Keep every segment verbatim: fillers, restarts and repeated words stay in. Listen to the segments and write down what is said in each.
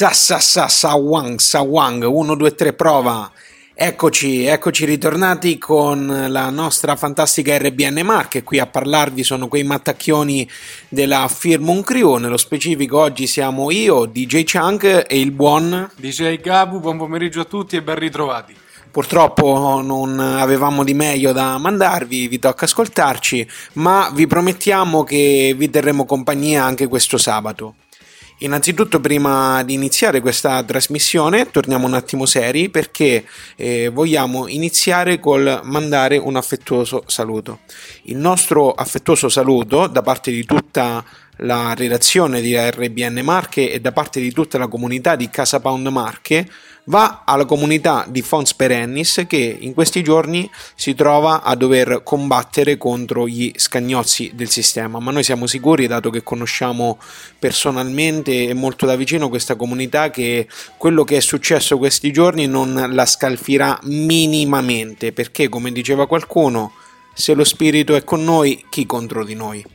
Sa sa sa sa wang sa wang uno due tre prova. Eccoci, eccoci ritornati con la nostra fantastica R B N Marche. Qui a parlarvi sono quei mattacchioni della Firmum Crew. Nello specifico oggi siamo io, D J Chunk e il buon D J Gabu. Buon pomeriggio a tutti e ben ritrovati. Purtroppo non avevamo di meglio da mandarvi, vi tocca ascoltarci, ma vi promettiamo che vi terremo compagnia anche questo sabato. Innanzitutto, prima di iniziare questa trasmissione, torniamo un attimo seri perché eh, vogliamo iniziare col mandare un affettuoso saluto. Il nostro affettuoso saluto da parte di tutta la redazione di R B N Marche e da parte di tutta la comunità di Casa Pound Marche va alla comunità di Fons Perennis che in questi giorni si trova a dover combattere contro gli scagnozzi del sistema, ma noi siamo sicuri, dato che conosciamo personalmente e molto da vicino questa comunità, che quello che è successo questi giorni non la scalfirà minimamente, perché come diceva qualcuno, se lo spirito è con noi, chi contro di noi?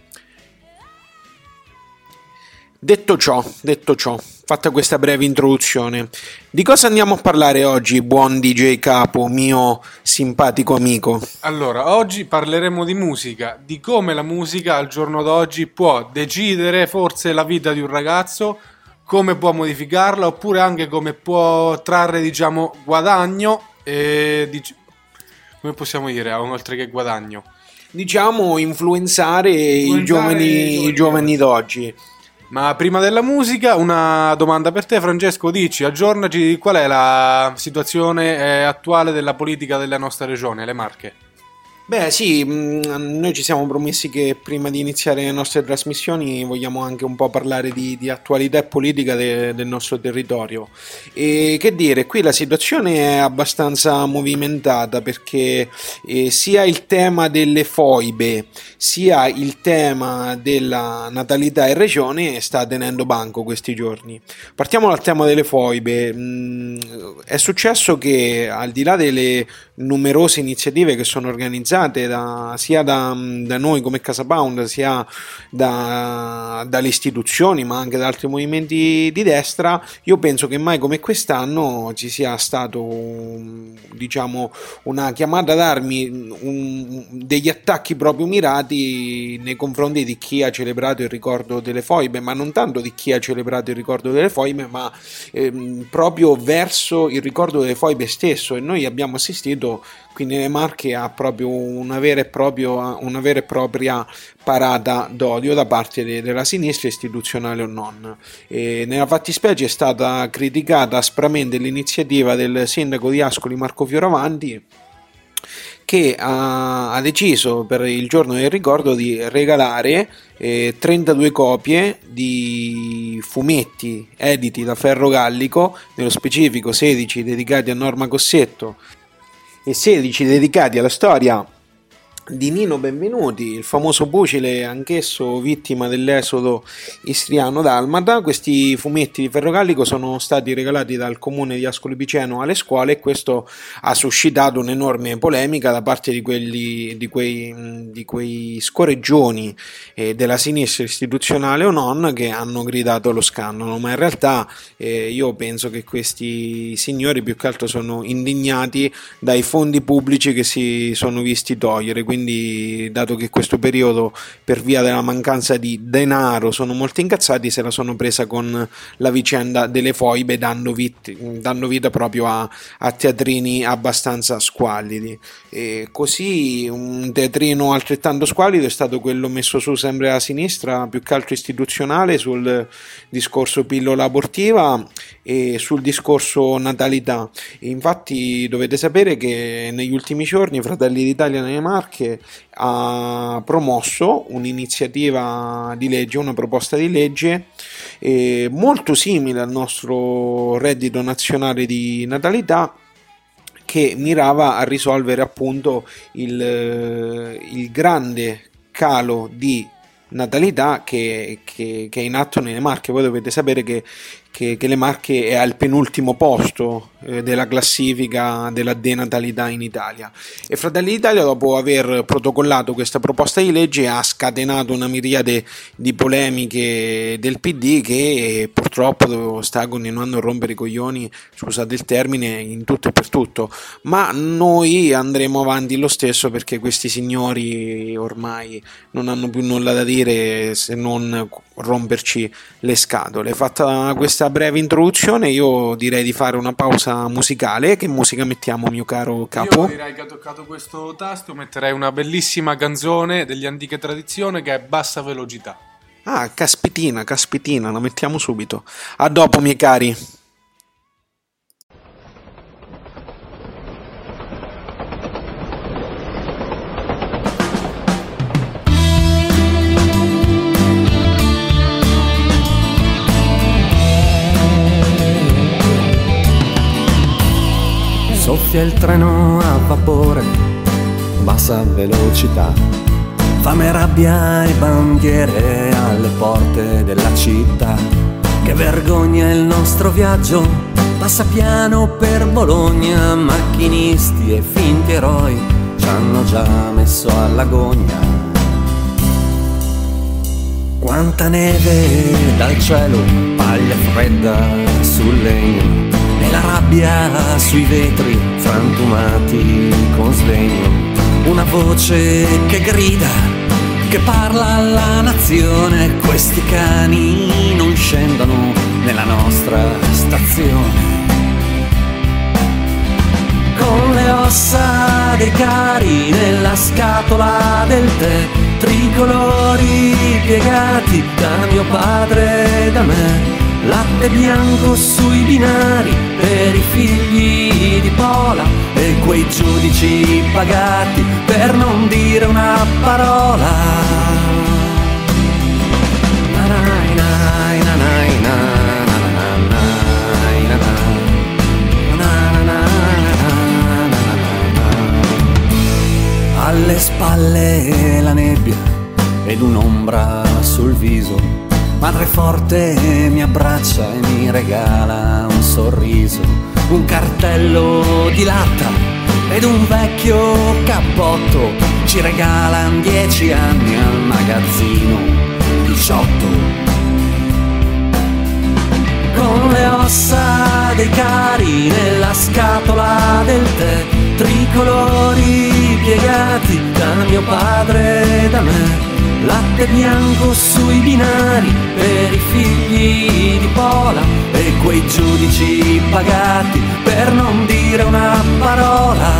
Detto ciò, detto ciò, fatta questa breve introduzione, di cosa andiamo a parlare oggi, buon D J Capo, mio simpatico amico? Allora, oggi parleremo di musica, di come la musica al giorno d'oggi può decidere forse la vita di un ragazzo, come può modificarla, oppure anche come può trarre, diciamo, guadagno e dic- come possiamo dire, oltre che guadagno? Diciamo influenzare, influenzare i giovani, i giovani, i giovani d'oggi. Ma prima della musica, una domanda per te, Francesco. Dici, aggiornaci, qual è la situazione eh, attuale della politica della nostra regione, le Marche? Beh sì, noi ci siamo promessi che prima di iniziare le nostre trasmissioni vogliamo anche un po' parlare di, di attualità e politica de, del nostro territorio. E che dire, qui la situazione è abbastanza movimentata perché eh, sia il tema delle foibe sia il tema della natalità in regione sta tenendo banco questi giorni. Partiamo dal tema delle foibe. È successo che al di là delle numerose iniziative che sono organizzate Da, sia da, da noi come Casa Pound sia da, dalle istituzioni ma anche da altri movimenti di destra, io penso che mai come quest'anno ci sia stato diciamo una chiamata d'armi, un, degli attacchi proprio mirati nei confronti di chi ha celebrato il ricordo delle foibe, ma non tanto di chi ha celebrato il ricordo delle foibe ma ehm, proprio verso il ricordo delle foibe stesso. E noi abbiamo assistito qui nelle Marche a proprio una vera e, proprio, una vera e propria parata d'odio da parte de- della sinistra, istituzionale o non. E nella fattispecie è stata criticata aspramente l'iniziativa del sindaco di Ascoli Marco Fioravanti, che ha, ha deciso per il giorno del ricordo di regalare eh, trentadue copie di fumetti editi da Ferro Gallico, nello specifico sedici dedicati a Norma Cossetto e sedici dedicati alla storia di Nino Benvenuti, il famoso Bucile, anch'esso vittima dell'esodo istriano-dalmata. Questi fumetti di Ferro Gallico sono stati regalati dal comune di Ascoli Piceno alle scuole e questo ha suscitato un'enorme polemica da parte di, quelli, di, quei, di quei scorreggioni eh, della sinistra istituzionale o non, che hanno gridato allo scandalo, ma in realtà eh, io penso che questi signori più che altro sono indignati dai fondi pubblici che si sono visti togliere. Quindi Quindi, dato che questo periodo per via della mancanza di denaro sono molto incazzati, se la sono presa con la vicenda delle foibe, dando, vit- dando vita proprio a, a teatrini abbastanza squallidi. E così un teatrino altrettanto squallido è stato quello messo su sempre a sinistra, più che altro istituzionale, sul discorso pillola abortiva e sul discorso natalità. E infatti dovete sapere che negli ultimi giorni Fratelli d'Italia nelle Marche ha promosso un'iniziativa di legge, una proposta di legge eh, molto simile al nostro reddito nazionale di natalità, che mirava a risolvere appunto il, il grande calo di natalità che, che, che è in atto nelle Marche. Voi dovete sapere che, che, che le Marche è al penultimo posto eh, della classifica della denatalità in Italia. E Fratelli d'Italia, dopo aver protocollato questa proposta di legge, ha scatenato una miriade di polemiche del P D che purtroppo sta continuando a rompere i coglioni, scusate il termine, in tutto e per tutto. Ma noi andremo avanti lo stesso, perché questi signori ormai non hanno più nulla da dire se non romperci le scatole. Fatta questa breve introduzione, io direi di fare una pausa musicale. Che musica mettiamo, mio caro capo? Io direi che ha toccato questo tasto, metterei una bellissima canzone degli Antiche Tradizione che è Bassa Velocità. Ah, caspitina, caspitina, la mettiamo subito. A dopo, miei cari. Soffia il treno a vapore, bassa velocità, fame, rabbia e bandiere alle porte della città. Che vergogna il nostro viaggio, passa piano per Bologna, macchinisti e finti eroi ci hanno già messo all'agonia. Quanta neve dal cielo, paglia fredda sul legno, e la rabbia sui vetri frantumati con sdegno. Una voce che grida, che parla alla nazione: questi cani non scendono nella nostra stazione. Con le ossa dei cari nella scatola del tè, tricolori piegati da mio padre e da me, latte bianco sui binari per i figli di Pola e quei giudici pagati per non dire una parola. Nanai, nai, nanai, nanai, nanai. Alle spalle la nebbia ed un'ombra sul viso. Madre forte mi abbraccia e mi regala un sorriso, un cartello di latta ed un vecchio cappotto. Ci regalan dieci anni al magazzino diciotto. Con le ossa dei cari nella scatola del tè, tricolori piegati da mio padre e da me, latte bianco sui binari per i figli di Pola e quei giudici pagati per non dire una parola.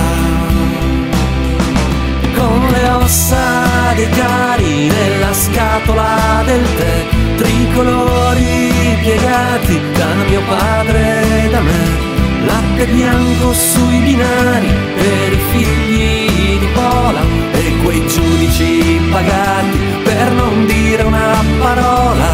Con le ossa dei cari nella scatola del tè, tricolori piegati da mio padre e da me, latte bianco sui binari per i figli di Pola e quei giudici pagati per non dire una parola.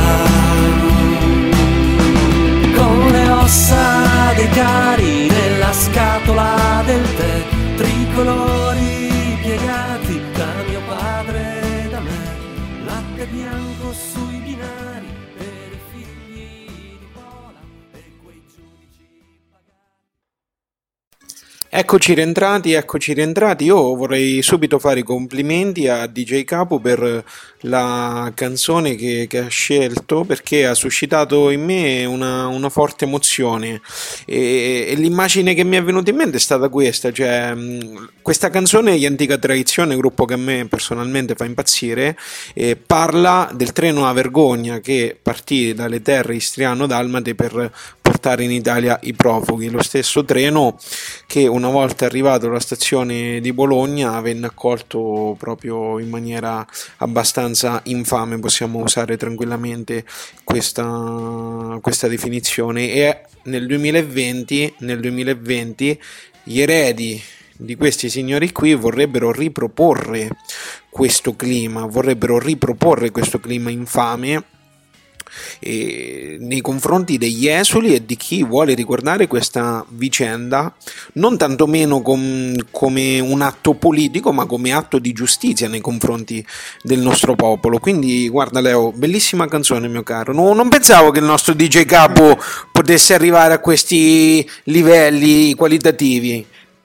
Con le ossa dei cari nella scatola del tè, tricolori piegati da mio padre e da me, latte bianco sui binari per i figli di Pola e quei giudici pagati. Eccoci rientrati, eccoci rientrati. Io vorrei subito fare i complimenti a D J Capo per la canzone che, che ha scelto, perché ha suscitato in me una, una forte emozione e, e l'immagine che mi è venuta in mente è stata questa, cioè questa canzone di Antica Tradizione, gruppo che a me personalmente fa impazzire, eh, parla del treno a vergogna che partì dalle terre istriano-dalmate per portare in Italia i profughi. Lo stesso treno che una volta arrivato alla stazione di Bologna venne accolto proprio in maniera abbastanza infame, possiamo usare tranquillamente questa, questa definizione. E nel duemilaventi, nel duemilaventi gli eredi di questi signori qui vorrebbero riproporre questo clima, vorrebbero riproporre questo clima infame eh, nei confronti degli esuli e di chi vuole ricordare questa vicenda non tantomeno com, come un atto politico, ma come atto di giustizia nei confronti del nostro popolo. Quindi guarda Leo, bellissima canzone mio caro, no, non pensavo che il nostro D J Capo potesse arrivare a questi livelli qualitativi.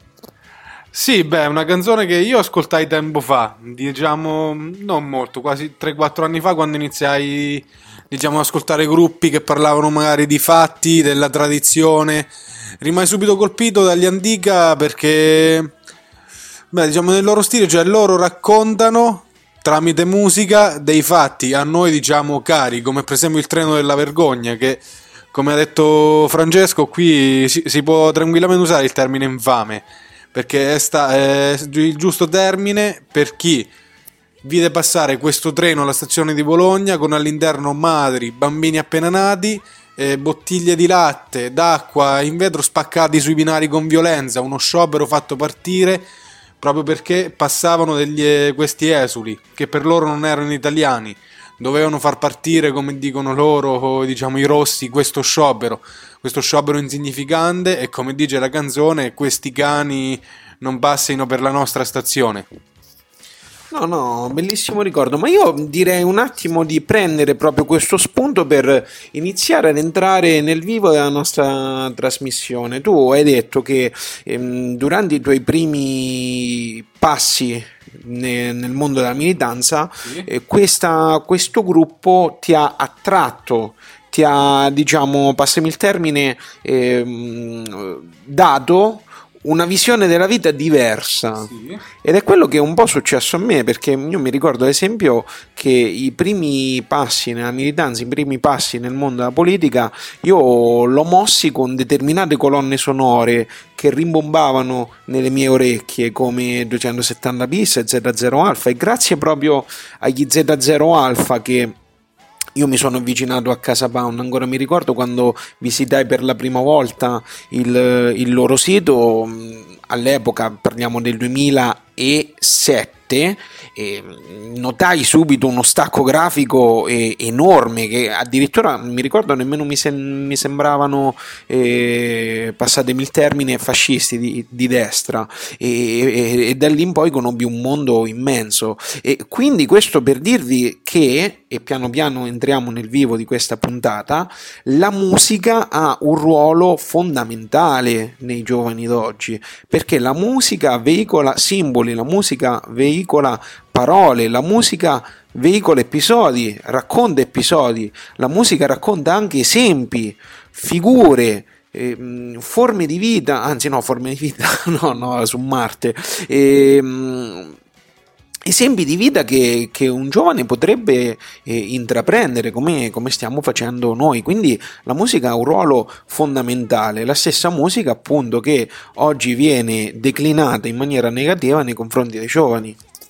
Sì, beh, è una canzone che io ascoltai tempo fa, diciamo non molto, quasi tre quattro anni fa, quando iniziai, diciamo, ad ascoltare gruppi che parlavano magari di fatti, della tradizione. Rimasi subito colpito dagli Antica perché, beh, diciamo nel loro stile, cioè loro raccontano tramite musica dei fatti a noi, diciamo, cari, come per esempio il treno della vergogna, che, come ha detto Francesco, qui si, si può tranquillamente usare il termine infame, perché è, sta, è il giusto termine per chi vide passare questo treno alla stazione di Bologna con all'interno madri, bambini appena nati, eh, bottiglie di latte, d'acqua in vetro spaccati sui binari con violenza, uno sciopero fatto partire proprio perché passavano degli, eh, questi esuli che per loro non erano italiani, dovevano far partire, come dicono loro, diciamo i rossi, questo sciopero questo sciopero insignificante, e come dice la canzone, questi cani non passino per la nostra stazione. No, no, bellissimo ricordo, ma io direi un attimo di prendere proprio questo spunto per iniziare ad entrare nel vivo della nostra trasmissione. Tu hai detto che ehm, durante i tuoi primi passi ne, nel mondo della militanza, sì. eh, questa, questo gruppo ti ha attratto, ti ha, diciamo, passami il termine, ehm, dato una visione della vita diversa, sì. Ed è quello che è un po' successo a me, perché io mi ricordo ad esempio che i primi passi nella militanza, i primi passi nel mondo della politica, io l'ho mossi con determinate colonne sonore che rimbombavano nelle mie orecchie, come duecentosettanta bis e Z zero Alpha, e grazie proprio agli Z zero Alpha che io mi sono avvicinato a Casa Pound. Ancora mi ricordo quando visitai per la prima volta il, il loro sito, all'epoca parliamo del duemilasette, e notai subito uno stacco grafico eh, enorme, che addirittura mi ricordo nemmeno mi, sem- mi sembravano, eh, passatemi il termine, fascisti di, di destra, e, e, e da lì in poi conobbi un mondo immenso. E quindi questo per dirvi che, e piano piano entriamo nel vivo di questa puntata, la musica ha un ruolo fondamentale nei giovani d'oggi, perché la musica veicola simboli, la musica veicola parole, la musica veicola episodi, racconta episodi, la musica racconta anche esempi, figure, eh, forme di vita, anzi no, forme di vita, no, no, su Marte, eh, esempi di vita che, che un giovane potrebbe eh, intraprendere, come, come stiamo facendo noi. Quindi la musica ha un ruolo fondamentale, la stessa musica appunto che oggi viene declinata in maniera negativa nei confronti dei giovani.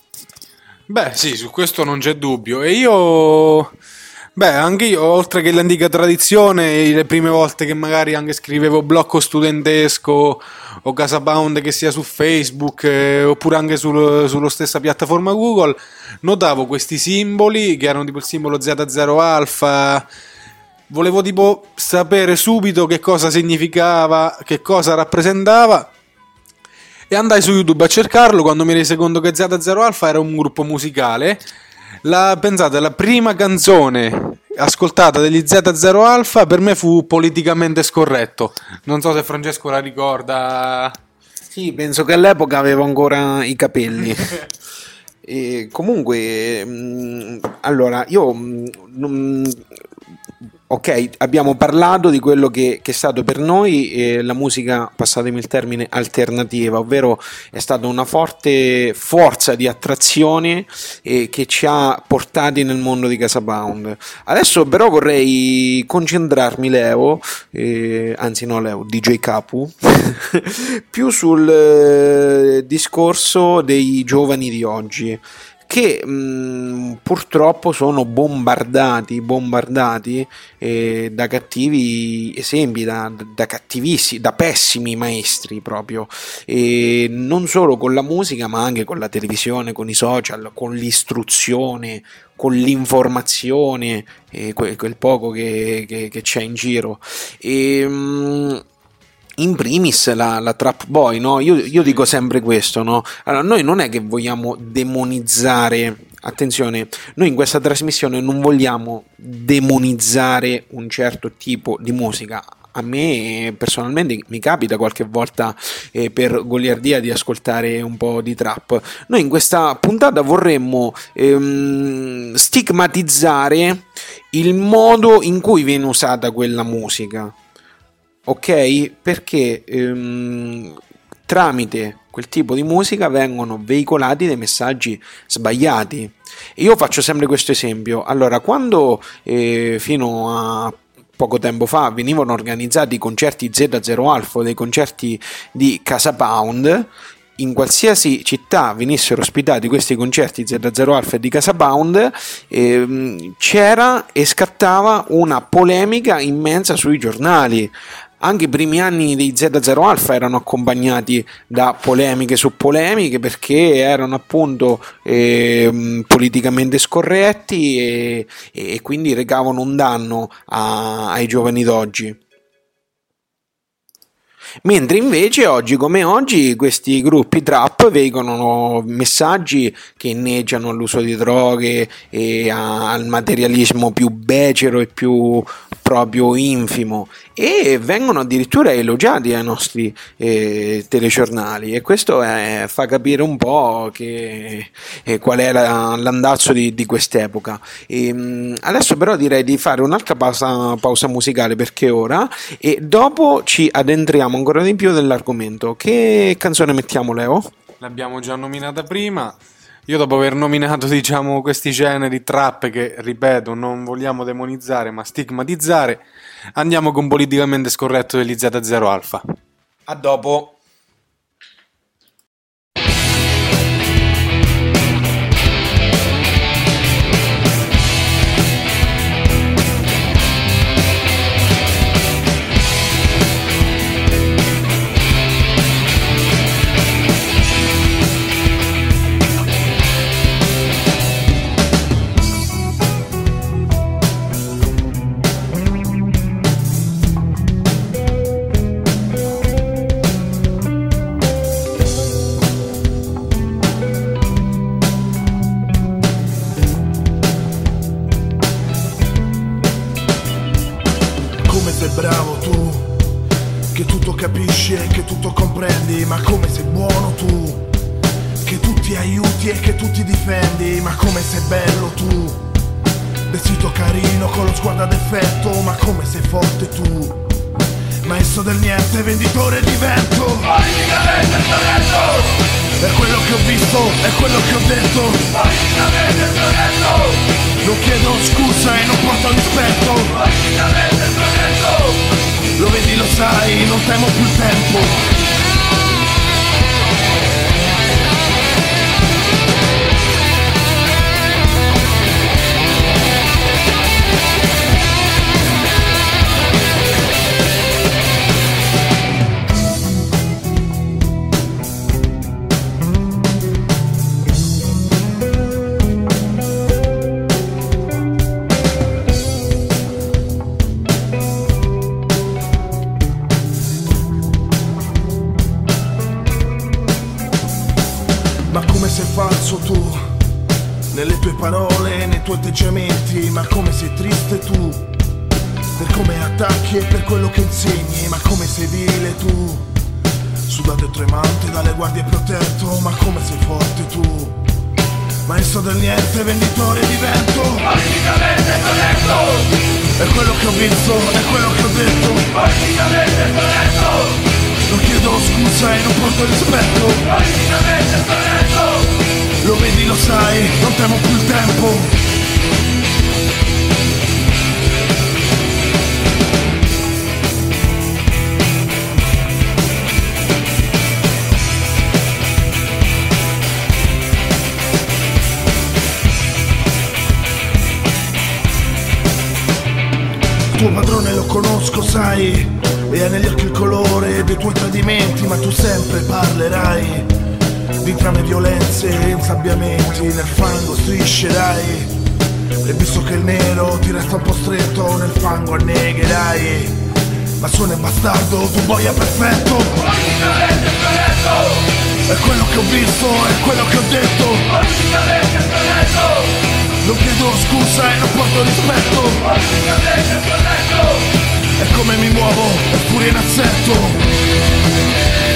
Beh sì, su questo non c'è dubbio, e io, beh, anche io, oltre che l'antica tradizione, le prime volte che magari anche scrivevo blocco studentesco o Casa Pound, che sia su Facebook eh, oppure anche sul, sulla stessa piattaforma Google, notavo questi simboli che erano tipo il simbolo Z zero Alpha. Volevo tipo sapere subito che cosa significava, che cosa rappresentava, e andai su YouTube a cercarlo. Quando mi resi conto che Z zero Alpha era un gruppo musicale, la, pensate, la prima canzone ascoltata degli Z zero Alpha per me fu Politicamente Scorretto. Non so se Francesco la ricorda. Sì, penso che all'epoca avevo ancora i capelli. E comunque, mh, allora, io mh, ok, abbiamo parlato di quello che, che è stato per noi eh, la musica, passatemi il termine, alternativa, ovvero è stata una forte forza di attrazione eh, che ci ha portati nel mondo di Casa Pound. Adesso però vorrei concentrarmi, Leo, eh, anzi no Leo, D J Capu, più sul eh, discorso dei giovani di oggi, che mh, purtroppo sono bombardati, bombardati eh, da cattivi esempi, da, da cattivissimi, da pessimi maestri proprio, e non solo con la musica ma anche con la televisione, con i social, con l'istruzione, con l'informazione, eh, quel, quel poco che, che, che c'è in giro. E, mh, in primis la, la trap boy, no? Io, io dico sempre questo, no? Allora, noi non è che vogliamo demonizzare, attenzione, noi in questa trasmissione non vogliamo demonizzare un certo tipo di musica. A me personalmente mi capita qualche volta eh, per goliardia di ascoltare un po' di trap. Noi in questa puntata vorremmo ehm, stigmatizzare il modo in cui viene usata quella musica. Ok? Perché ehm, tramite quel tipo di musica vengono veicolati dei messaggi sbagliati. E io faccio sempre questo esempio. Allora, quando eh, fino a poco tempo fa venivano organizzati i concerti zeta zero Alpha, dei concerti di Casa Pound, in qualsiasi città venissero ospitati questi concerti zeta zero Alpha di Casa Pound, ehm, c'era e scattava una polemica immensa sui giornali. Anche i primi anni dei zeta zero Alpha erano accompagnati da polemiche su polemiche, perché erano appunto eh, politicamente scorretti e, e quindi recavano un danno a, ai giovani d'oggi. Mentre invece oggi come oggi questi gruppi trap veicolano messaggi che inneggiano all'uso di droghe e a, al materialismo più becero e più proprio infimo, e vengono addirittura elogiati ai nostri eh, telegiornali, e questo è, fa capire un po' che, eh, qual è la, l'andazzo di, di quest'epoca. E, mh, adesso però direi di fare un'altra pausa, pausa musicale perché ora, e dopo ci addentriamo ancora di più nell'argomento. Che canzone mettiamo, Leo? L'abbiamo già nominata prima. Io dopo aver nominato, diciamo, questi generi trap che, ripeto, non vogliamo demonizzare ma stigmatizzare, andiamo con Politicamente Scorretto degli zeta zero Alpha. A dopo. Bravo tu, che tutto capisci e che tutto comprendi, ma come sei buono tu, che tu ti aiuti e che tu ti difendi, ma come sei bello tu, vestito carino con lo sguardo ad effetto, ma come sei forte tu, maestro del niente, venditore di vento. Politicamente scorretto, è quello che ho visto, è quello che ho detto. Politicamente scorretto, non chiedo scusa e non porto rispetto. Politicamente scorretto, lo vedi, lo sai, non temo più il tempo. Falso tu, nelle tue parole, nei tuoi atteggiamenti, ma come sei triste tu, per come attacchi e per quello che insegni, ma come sei vile tu, sudato e tremante dalle guardie protetto, ma come sei forte tu, maestro del niente, venditore di vento. Politicamente corretto, è quello che ho visto, è quello che ho detto. Politicamente corretto, non chiedo scusa e non porto rispetto. Politicamente corretto, lo vedi, lo sai, non temo più il tempo. tuo padrone lo conosco, sai, e ha negli occhi il colore dei tuoi tradimenti, ma tu sempre parlerai di trame, violenze e insabbiamenti, nel fango striscerai, e visto che il nero ti resta un po' stretto, nel fango annegherai, ma suona il bastardo, tu boia perfetto. Politicamente scorretto, è quello che ho visto, è quello che ho detto. Politicamente scorretto, non chiedo scusa e non porto rispetto. Politicamente scorretto, è come mi muovo, è furia in assetto.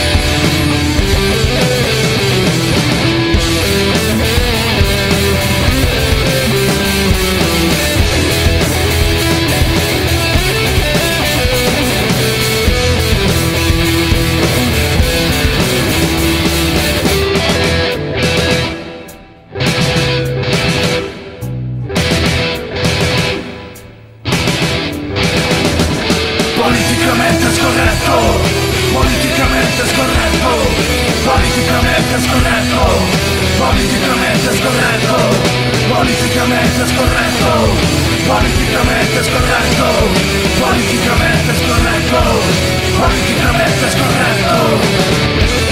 Politicamente scorretto, politicamente scorretto, politicamente scorretto, politicamente scorretto, politicamente scorretto, politicamente scorretto, politicamente scorretto, politicamente scorretto.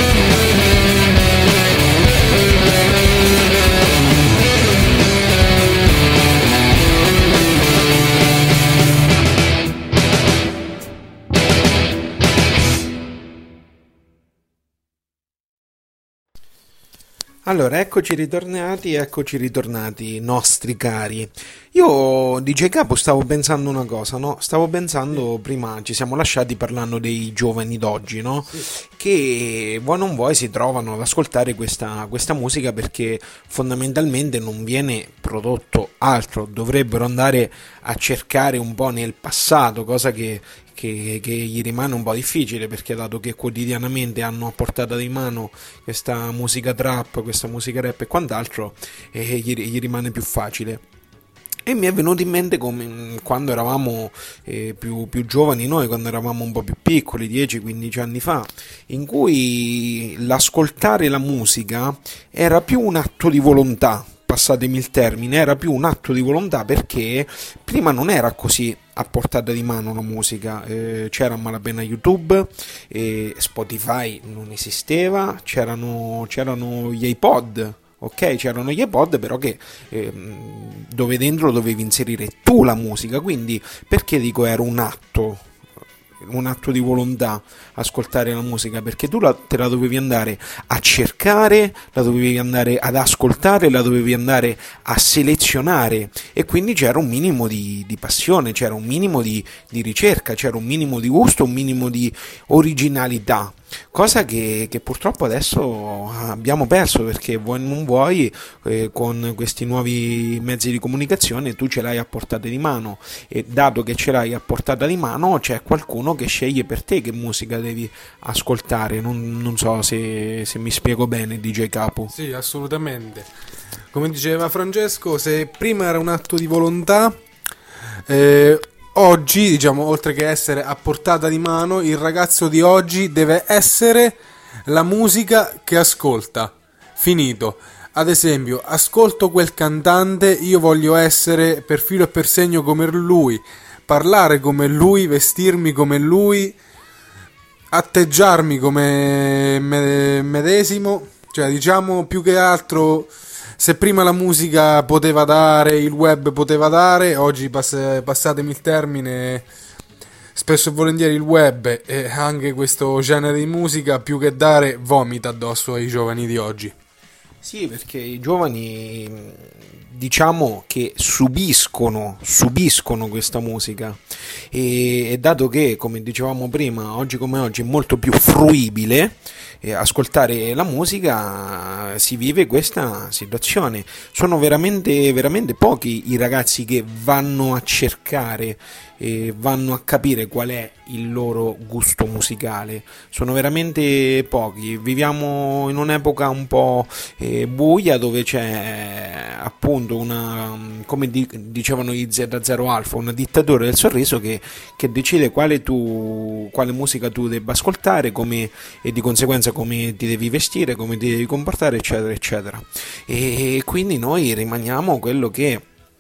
Allora, eccoci ritornati, eccoci ritornati, nostri cari. Io, D J Capo, stavo pensando una cosa, no? Stavo pensando, sì. Prima ci siamo lasciati parlando dei giovani d'oggi, no? Sì. Che vuoi non vuoi si trovano ad ascoltare questa, questa musica perché fondamentalmente non viene prodotto altro, dovrebbero andare a cercare un po' nel passato, cosa che... Che, che gli rimane un po' difficile perché dato che quotidianamente hanno a portata di mano questa musica trap, questa musica rap e quant'altro, eh, gli, gli rimane più facile. E mi è venuto in mente come quando eravamo eh, più, più giovani noi, quando eravamo un po' più piccoli, dieci quindici anni fa, in cui l'ascoltare la musica era più un atto di volontà, passatemi il termine, era più un atto di volontà perché prima non era così a portata di mano la musica, eh, c'era a malapena YouTube, eh, Spotify non esisteva, c'erano, c'erano gli iPod, ok, c'erano gli iPod però che eh, dove dentro dovevi inserire tu la musica, quindi perché dico era un atto? Un atto di volontà ascoltare la musica perché tu la, te la dovevi andare a cercare, la dovevi andare ad ascoltare, la dovevi andare a selezionare e quindi c'era un minimo di, di passione, c'era un minimo di, di ricerca, c'era un minimo di gusto, un minimo di originalità, cosa che, che purtroppo adesso abbiamo perso perché vuoi non vuoi eh, con questi nuovi mezzi di comunicazione tu ce l'hai a portata di mano e dato che ce l'hai a portata di mano c'è qualcuno che sceglie per te che musica devi ascoltare. Non, non so se, se mi spiego bene, D J Capo. Sì, assolutamente. Come diceva Francesco, se prima era un atto di volontà, eh, oggi, diciamo, oltre che essere a portata di mano, il ragazzo di oggi deve essere la musica che ascolta. Finito. Ad esempio, ascolto quel cantante, io voglio essere per filo e per segno come lui, parlare come lui, vestirmi come lui, atteggiarmi come medesimo, cioè diciamo più che altro se prima la musica poteva dare, il web poteva dare, oggi pass- passatemi il termine, spesso e volentieri il web e anche questo genere di musica più che dare vomita addosso ai giovani di oggi. Sì, perché i giovani diciamo che subiscono subiscono questa musica e, e dato che, come dicevamo prima, oggi come oggi è molto più fruibile eh, ascoltare la musica, si vive questa situazione. Sono veramente veramente pochi i ragazzi che vanno a cercare e vanno a capire qual è il loro gusto musicale, sono veramente pochi. Viviamo in un'epoca un po' eh, buia dove c'è appunto una, come di, dicevano gli Z zero Alpha, una dittatura del sorriso che, che decide quale, tu, quale musica tu debba ascoltare, come, e di conseguenza come ti devi vestire, come ti devi comportare, eccetera eccetera, e quindi noi rimaniamo quello che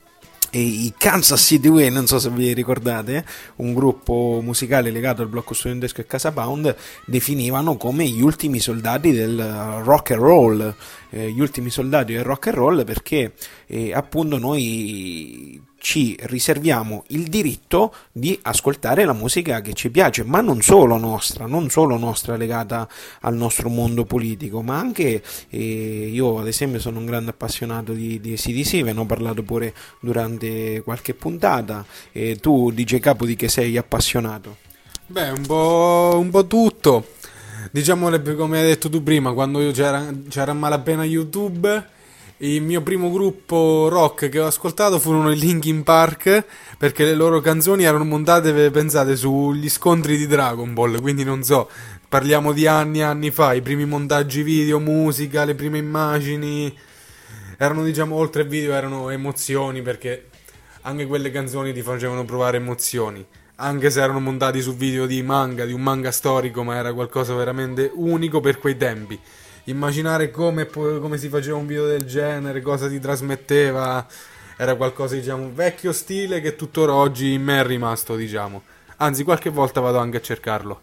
e i Kansas City Way, non so se vi ricordate, un gruppo musicale legato al blocco studentesco e Casa Pound, definivano come gli ultimi soldati del rock and roll, eh, gli ultimi soldati del rock and roll, perché eh, appunto noi ci riserviamo il diritto di ascoltare la musica che ci piace, ma non solo nostra, non solo nostra legata al nostro mondo politico, ma anche eh, io ad esempio sono un grande appassionato di, di A C D C, ve ne ho parlato pure durante qualche puntata, e tu D J Capo di che sei appassionato? Beh, un po', un po' tutto, diciamo come hai detto tu prima, quando io c'era, c'era a malapena YouTube. Il mio primo gruppo rock che ho ascoltato furono i Linkin Park, perché le loro canzoni erano montate, pensate, sugli scontri di Dragon Ball, quindi non so, parliamo di anni e anni fa, i primi montaggi video, musica, le prime immagini, erano, diciamo, oltre al video erano emozioni, perché anche quelle canzoni ti facevano provare emozioni, anche se erano montati su video di manga, di un manga storico, ma era qualcosa veramente unico per quei tempi. Immaginare come, come si faceva un video del genere, cosa ti trasmetteva, era qualcosa, diciamo, vecchio stile che tuttora oggi in me è rimasto, diciamo. Anzi, qualche volta vado anche a cercarlo.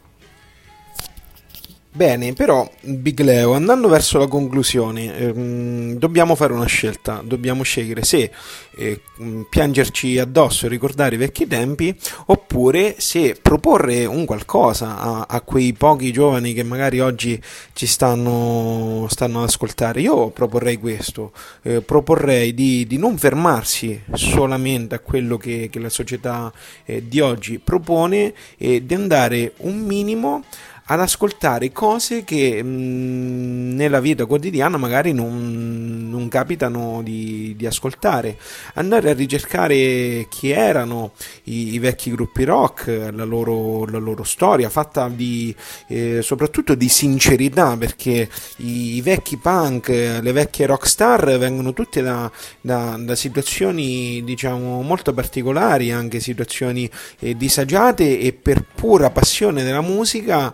Bene, però Big Leo, andando verso la conclusione, ehm, dobbiamo fare una scelta, dobbiamo scegliere se eh, piangerci addosso e ricordare i vecchi tempi, oppure se proporre un qualcosa a, a quei pochi giovani che magari oggi ci stanno, stanno ad ascoltare. Io proporrei questo, eh, proporrei di, di non fermarsi solamente a quello che, che la società eh, di oggi propone, e di andare un minimo ad ascoltare cose che mh, nella vita quotidiana magari non, non capitano di, di ascoltare, andare a ricercare chi erano i, i vecchi gruppi rock, la loro, la loro storia fatta di eh, soprattutto di sincerità, perché i, i vecchi punk, le vecchie rockstar vengono tutte da, da, da situazioni, diciamo, molto particolari, anche situazioni eh, disagiate, e per pura passione della musica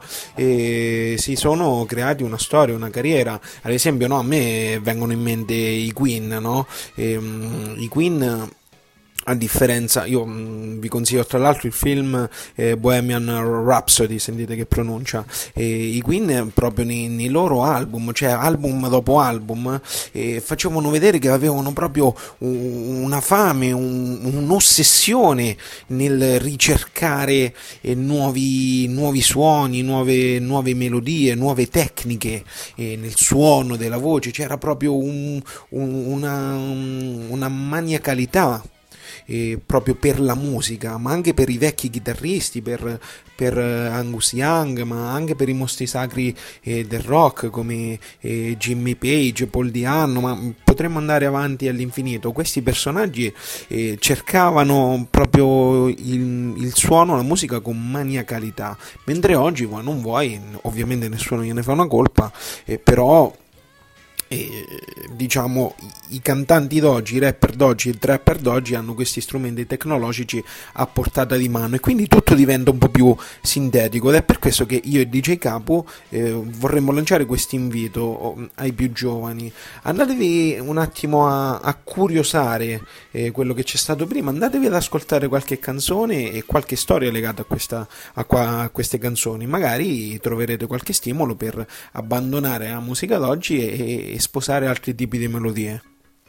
e si sono creati una storia, una carriera. Ad esempio, no, a me vengono in mente i Queen, no? E, um, i Queen, a differenza, io mh, vi consiglio tra l'altro il film eh, Bohemian Rhapsody, sentite che pronuncia, e i Queen proprio nei, nei loro album, cioè album dopo album, eh, facevano vedere che avevano proprio un, una fame, un, un'ossessione nel ricercare eh, nuovi, nuovi suoni, nuove, nuove melodie, nuove tecniche eh, nel suono della voce. C'era proprio un, un, una, una maniacalità Eh, proprio per la musica, ma anche per i vecchi chitarristi, per, per Angus Young, ma anche per i mostri sacri eh, del rock come eh, Jimmy Page, Paul Di'Anno, ma potremmo andare avanti all'infinito. Questi personaggi eh, cercavano proprio il, il suono, la musica con maniacalità, mentre oggi, vuoi non vuoi, ovviamente nessuno gliene fa una colpa, eh, però E, diciamo i cantanti d'oggi, i rapper d'oggi e i trapper d'oggi hanno questi strumenti tecnologici a portata di mano, e quindi tutto diventa un po' più sintetico, ed è per questo che io e D J Capo eh, vorremmo lanciare questo invito ai più giovani: andatevi un attimo a, a curiosare eh, quello che c'è stato prima, andatevi ad ascoltare qualche canzone e qualche storia legata a, questa, a, qua, a queste canzoni, magari troverete qualche stimolo per abbandonare la musica d'oggi e, e sposare altri tipi di melodie.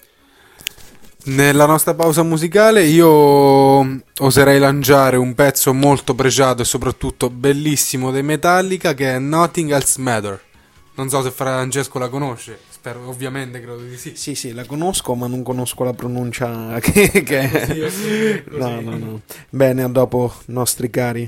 Nella nostra pausa musicale io oserei lanciare un pezzo molto pregiato e soprattutto bellissimo dei Metallica, che è Nothing Else Matter. Non so se Francesco la conosce, spero, ovviamente credo di sì. Sì, sì, la conosco, ma non conosco la pronuncia che, che è. Così, così, così. No, no, no. Bene, a dopo, nostri cari.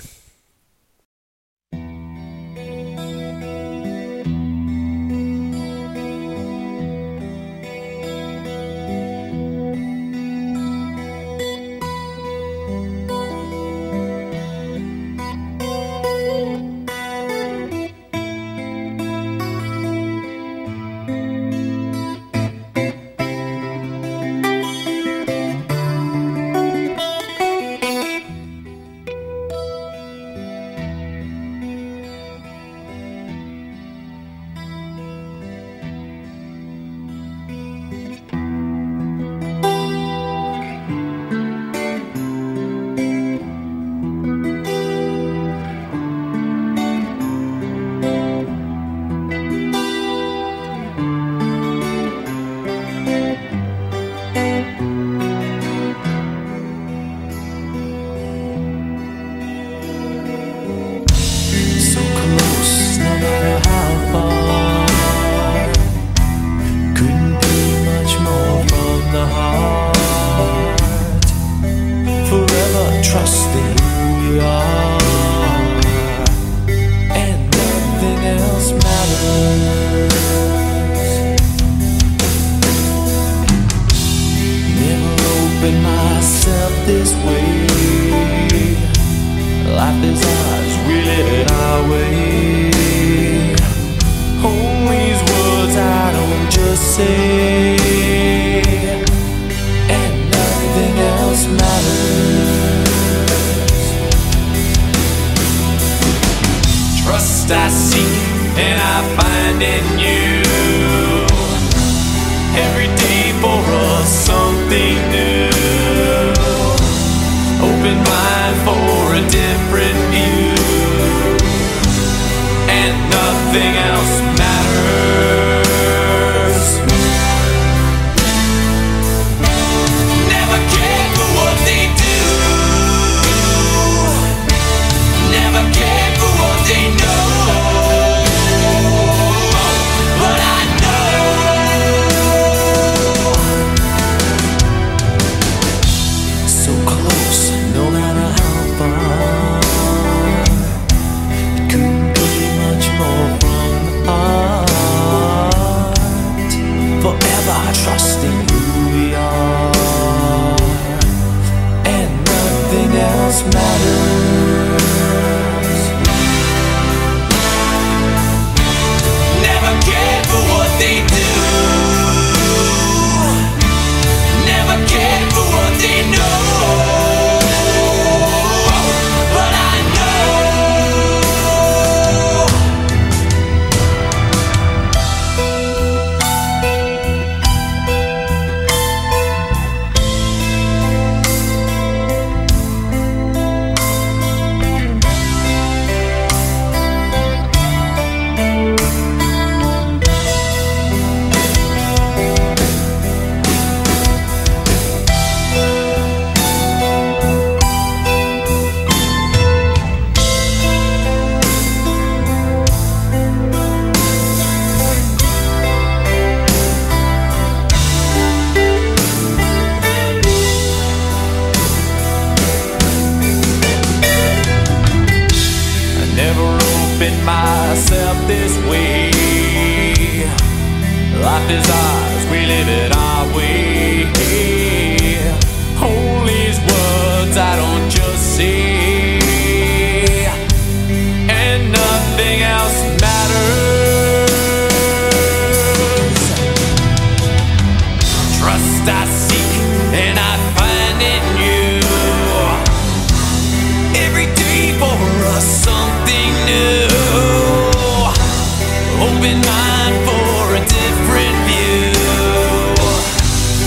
open myself this way. Life is ours, we live it our way. All these words I don't just say, and nothing else matters. Trust I seek and I find in you. Every day for us something new. Open mind for a different view, and nothing else matters. Never cared for what they do, never cared for what they know, but I know so close, no matter how far. It couldn't be much more from the heart. Forever trusting who we are, and nothing else matters. Never cared for what they do, never cared for what they know, but I know myself this way. Life is ours, we live it our way. All these words I don't just say, and nothing else matters. Trust I seek and I find in you. Every day for us something new. Open mind for a different view,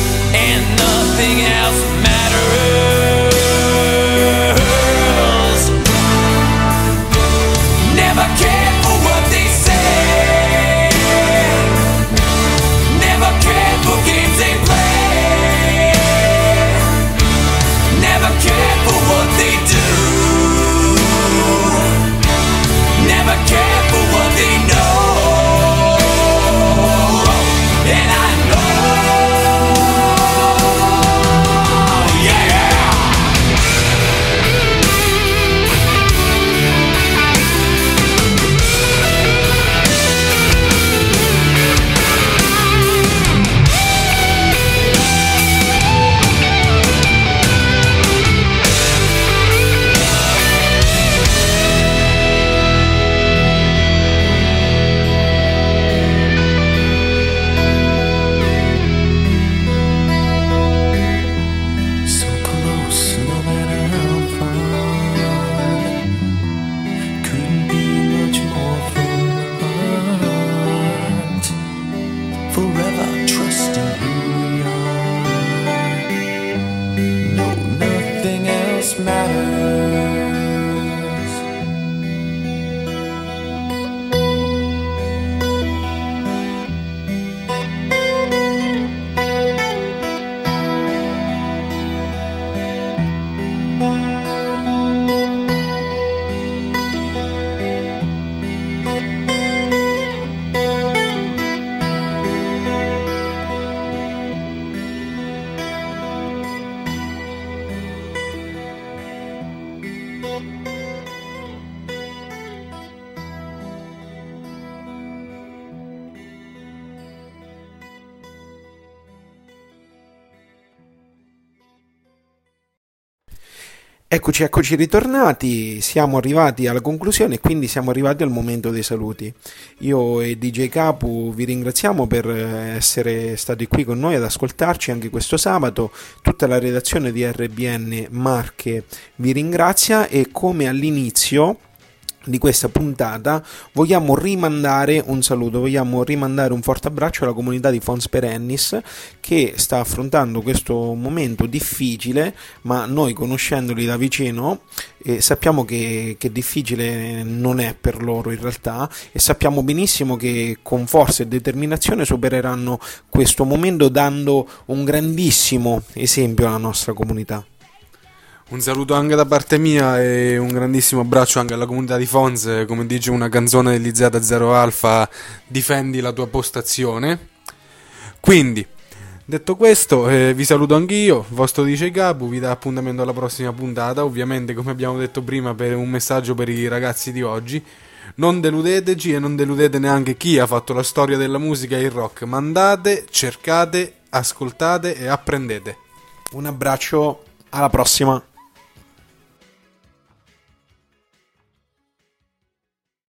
Eccoci, eccoci ritornati, siamo arrivati alla conclusione e quindi siamo arrivati al momento dei saluti. Io e D J Capu vi ringraziamo per essere stati qui con noi ad ascoltarci anche questo sabato. Tutta la redazione di R B N Marche vi ringrazia e come all'inizio di questa puntata vogliamo rimandare un saluto, vogliamo rimandare un forte abbraccio alla comunità di Fons Perennis che sta affrontando questo momento difficile, ma noi conoscendoli da vicino eh, sappiamo che, che difficile non è per loro in realtà, e sappiamo benissimo che con forza e determinazione supereranno questo momento dando un grandissimo esempio alla nostra comunità. Un saluto anche da parte mia e un grandissimo abbraccio anche alla comunità di Fons. Come dice una canzone dell'I Zero Alpha, difendi la tua postazione. Quindi, detto questo, eh, vi saluto anch'io, il vostro D J Capu, vi dà appuntamento alla prossima puntata, ovviamente come abbiamo detto prima per un messaggio per i ragazzi di oggi. Non deludeteci e non deludete neanche chi ha fatto la storia della musica e il rock. Mandate, cercate, ascoltate e apprendete. Un abbraccio, alla prossima.